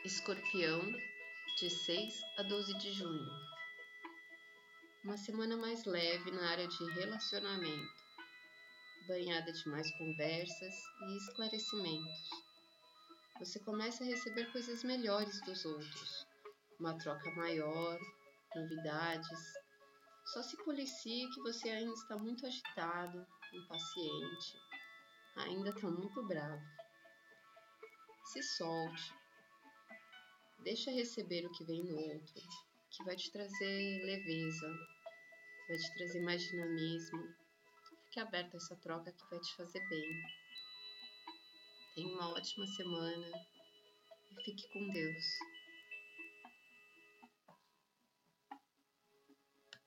Escorpião, de 6 a 12 de junho. Uma semana mais leve na área de relacionamento, banhada de mais conversas e esclarecimentos. Você começa a receber coisas melhores dos outros, uma troca maior, novidades. Só se policie que você ainda está muito agitado, impaciente, ainda está muito bravo. Se solte. Deixa receber o que vem no outro, que vai te trazer leveza, vai te trazer mais dinamismo. Fique aberto a essa troca que vai te fazer bem. Tenha uma ótima semana e fique com Deus.